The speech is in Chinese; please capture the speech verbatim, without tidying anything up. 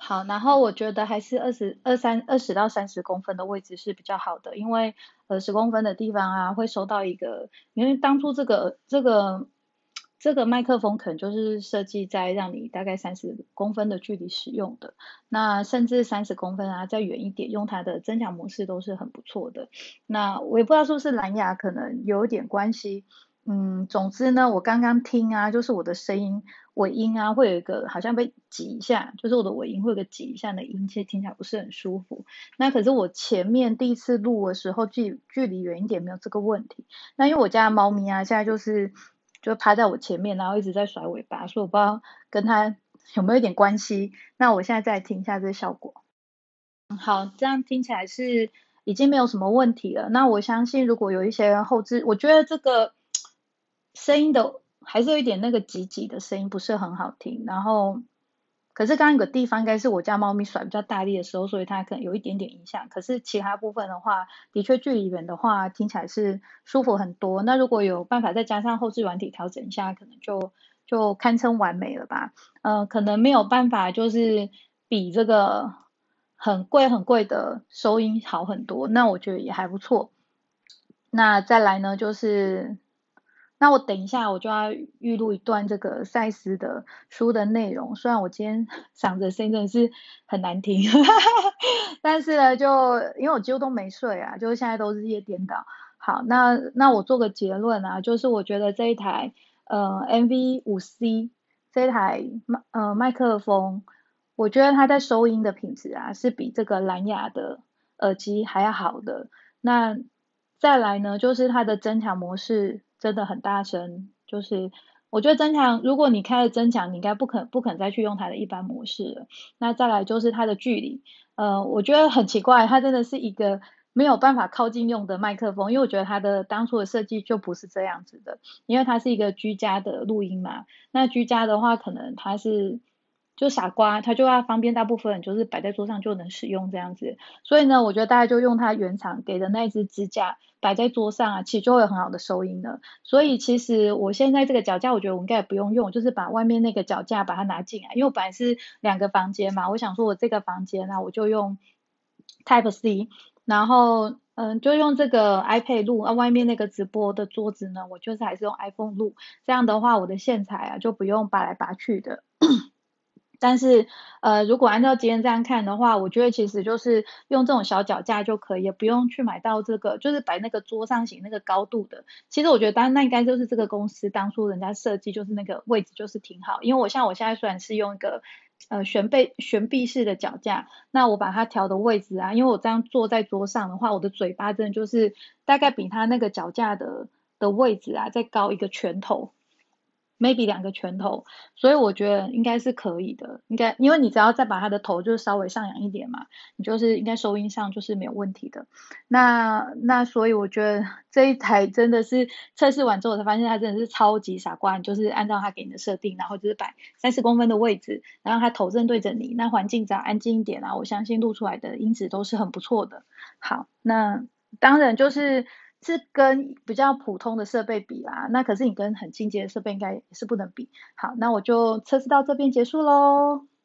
好，然后我觉得还是二十二三二十到三十公分的位置是比较好的，因为呃十公分的地方啊会收到一个，因为当初这个这个这个麦克风可能就是设计在让你大概三十公分的距离使用的，那甚至三十公分啊再远一点，用它的增强模式都是很不错的。那我也不知道是不是蓝牙可能有一点关系，嗯，总之呢，我刚刚听啊，就是我的声音尾音啊，会有一个好像被挤一下，就是我的尾音会有个挤一下的音，其实听起来不是很舒服。那可是我前面第一次录的时候，距距离远一点没有这个问题。那因为我家的猫咪啊，现在就是就趴在我前面，然后一直在甩尾巴，所以我不知道跟它有没有一点关系。那我现在再听一下这个效果。嗯好，这样听起来是已经没有什么问题了。那我相信，如果有一些后置，我觉得这个声音的还是有一点那个挤挤的声音不是很好听。然后，可是刚刚有个地方应该是我家猫咪甩比较大力的时候，所以它可能有一点点影响。可是其他部分的话，的确距离远的话，听起来是舒服很多。那如果有办法再加上后置软体调整一下，可能就就堪称完美了吧。呃，可能没有办法，就是比这个很贵很贵的收音好很多，那我觉得也还不错。那再来呢，就是那我等一下我就要预录一段这个赛斯的书的内容，虽然我今天嗓子声音真的是很难听，但是呢，就因为我几乎都没睡啊，就是现在都日夜颠倒。好，那那我做个结论啊，就是我觉得这一台呃 M V 五 C 这一台麦呃麦克风，我觉得它在收音的品质啊是比这个蓝牙的耳机还要好的。那再来呢，就是它的增强模式真的很大声，就是我觉得增强，如果你开了增强，你应该不可不肯再去用它的一般模式了。那再来就是它的距离，呃，我觉得很奇怪，它真的是一个没有办法靠近用的麦克风，因为我觉得它的当初的设计就不是这样子的，因为它是一个居家的录音嘛。那居家的话，可能它是就傻瓜，它就要方便大部分人就是摆在桌上就能使用这样子。所以呢，我觉得大家就用它原厂给的那一只支架摆在桌上啊，其实就会有很好的收音了。所以其实我现在这个脚架，我觉得我应该也不用用，就是把外面那个脚架把它拿进来，因为我本来是两个房间嘛，我想说我这个房间啊，我就用 Type C，然后嗯，就用这个 iPad 录，啊，外面那个直播的桌子呢，我就是还是用 iPhone 录，这样的话我的线材啊就不用拔来拔去的。但是，呃，如果按照今天这样看的话，我觉得其实就是用这种小脚架就可以，也不用去买到这个，就是摆那个桌上型那个高度的。其实我觉得当那应该就是这个公司当初人家设计就是那个位置就是挺好，因为我像我现在虽然是用一个呃悬背悬臂式的脚架，那我把它调的位置啊，因为我这样坐在桌上的话，我的嘴巴真的就是大概比它那个脚架的的位置啊再高一个拳头。maybe 两个拳头，所以我觉得应该是可以的，应该因为你只要再把它的头就是稍微上扬一点嘛，你就是应该收音上就是没有问题的。那那所以我觉得这一台真的是测试完之后我才发现它真的是超级傻瓜，你就是按照它给你的设定，然后就是摆三十公分的位置，然后它头正对着你，那环境只要安静一点啊，我相信录出来的音质都是很不错的。好，那当然就是是跟比较普通的设备比啦，那可是你跟很进阶的设备应该也是不能比。好，那我就测试到这边结束喽。